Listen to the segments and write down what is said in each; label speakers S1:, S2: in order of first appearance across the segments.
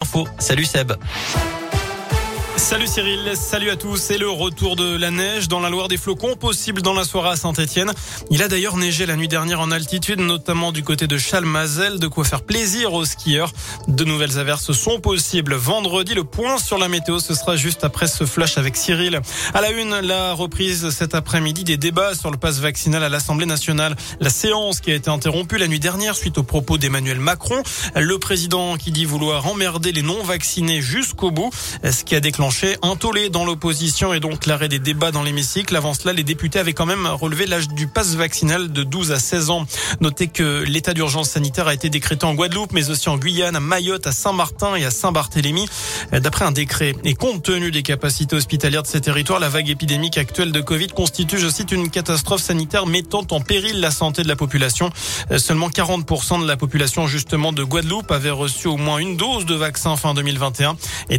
S1: l'info. Salut Seb.
S2: Salut Cyril, salut à tous. C'est le retour de la neige dans la Loire, des flocons possibles dans la soirée à Saint-Etienne. Il a d'ailleurs neigé la nuit dernière en altitude, notamment du côté de Chalmazel, de quoi faire plaisir aux skieurs. De nouvelles averses sont possibles vendredi. Le point sur la météo, ce sera juste après ce flash avec Cyril. À la une, la reprise cet après-midi des débats sur le pass vaccinal à l'Assemblée nationale. La séance qui a été interrompue la nuit dernière suite aux propos d'Emmanuel Macron. Le président qui dit vouloir emmerder les non-vaccinés jusqu'au bout, ce qui a déclenché un tollé dans l'opposition et donc l'arrêt des débats dans l'hémicycle. Avant cela, les députés avaient quand même relevé l'âge du pass vaccinal de 12 à 16 ans. Notez que l'état d'urgence sanitaire a été décrété en Guadeloupe, mais aussi en Guyane, à Mayotte, à Saint-Martin et à Saint-Barthélemy, d'après un décret. Et compte tenu des capacités hospitalières de ces territoires, la vague épidémique actuelle de Covid constitue, je cite, une catastrophe sanitaire mettant en péril la santé de la population. Seulement 40% de la population, justement, de Guadeloupe avait reçu au moins une dose de vaccin fin 2021 et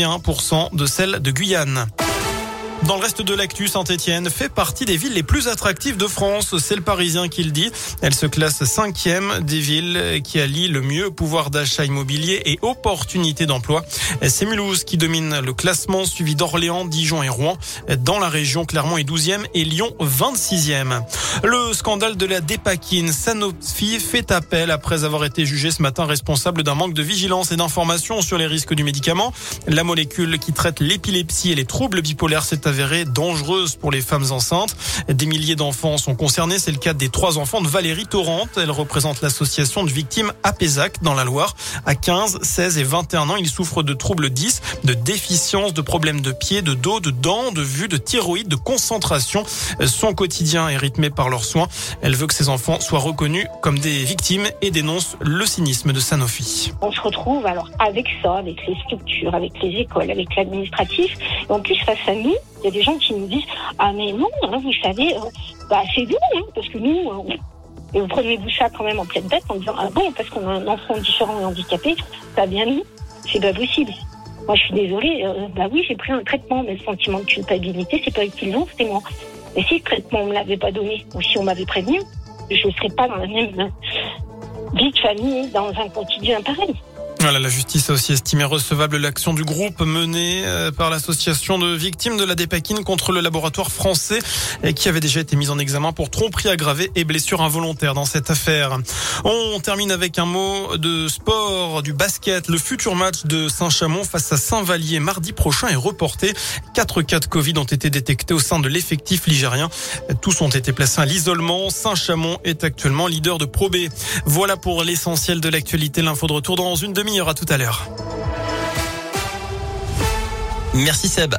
S2: 31% de celle de Guyane. Dans le reste de l'actu, Saint-Etienne fait partie des villes les plus attractives de France. C'est le Parisien qui le dit. Elle se classe 5e des villes qui allient le mieux pouvoir d'achat immobilier et opportunités d'emploi. C'est Mulhouse qui domine le classement, suivi d'Orléans, Dijon et Rouen. Dans la région, Clermont est 12e et Lyon 26e. Le scandale de la Dépakine. Sanofi fait appel après avoir été jugé ce matin responsable d'un manque de vigilance et d'information sur les risques du médicament. La molécule qui traite l'épilepsie et les troubles bipolaires s'est avérée dangereuse pour les femmes enceintes. Des milliers d'enfants sont concernés. C'est le cas des 3 enfants de Valérie Torrente. Elle représente l'association de victimes Apézac dans la Loire. À 15, 16 et 21 ans, ils souffrent de troubles 10, de déficience, de problèmes de pied, de dos, de dents, de vue, de thyroïde, de concentration. Son quotidien est rythmé par leurs soins. Elle veut que ces enfants soient reconnus comme des victimes et dénonce le cynisme de Sanofi.
S3: On se retrouve alors avec ça, avec les structures, avec les écoles, avec l'administratif. Et en plus, face à nous, il y a des gens qui nous disent « Ah mais non, hein, vous savez, c'est vous, hein, parce que nous... Et vous prenez-vous ça quand même en pleine tête en disant « Ah bon, parce qu'on a un enfant différent et handicapé, ça vient de nous. C'est pas possible. » Moi, je suis désolée. Oui, j'ai pris un traitement, mais le sentiment de culpabilité, c'est pas eux qui l'ont, c'est moi. Et si le traitement, on me l'avait pas donné, ou si on m'avait prévenu, je ne serais pas dans la même vie de famille, dans un quotidien pareil.
S2: Voilà, la justice a aussi estimé recevable l'action du groupe menée par l'association de victimes de la Dépakine contre le laboratoire français qui avait déjà été mise en examen pour tromperie aggravée et blessure involontaire dans cette affaire. On termine avec un mot de sport, du basket. Le futur match de Saint-Chamond face à Saint-Vallier mardi prochain est reporté. 4 cas de Covid ont été détectés au sein de l'effectif ligérien. Tous ont été placés à l'isolement. Saint-Chamond est actuellement leader de Pro B. Voilà pour l'essentiel de l'actualité. L'info de retour dans une demi-heure. À tout à l'heure.
S1: Merci Seb.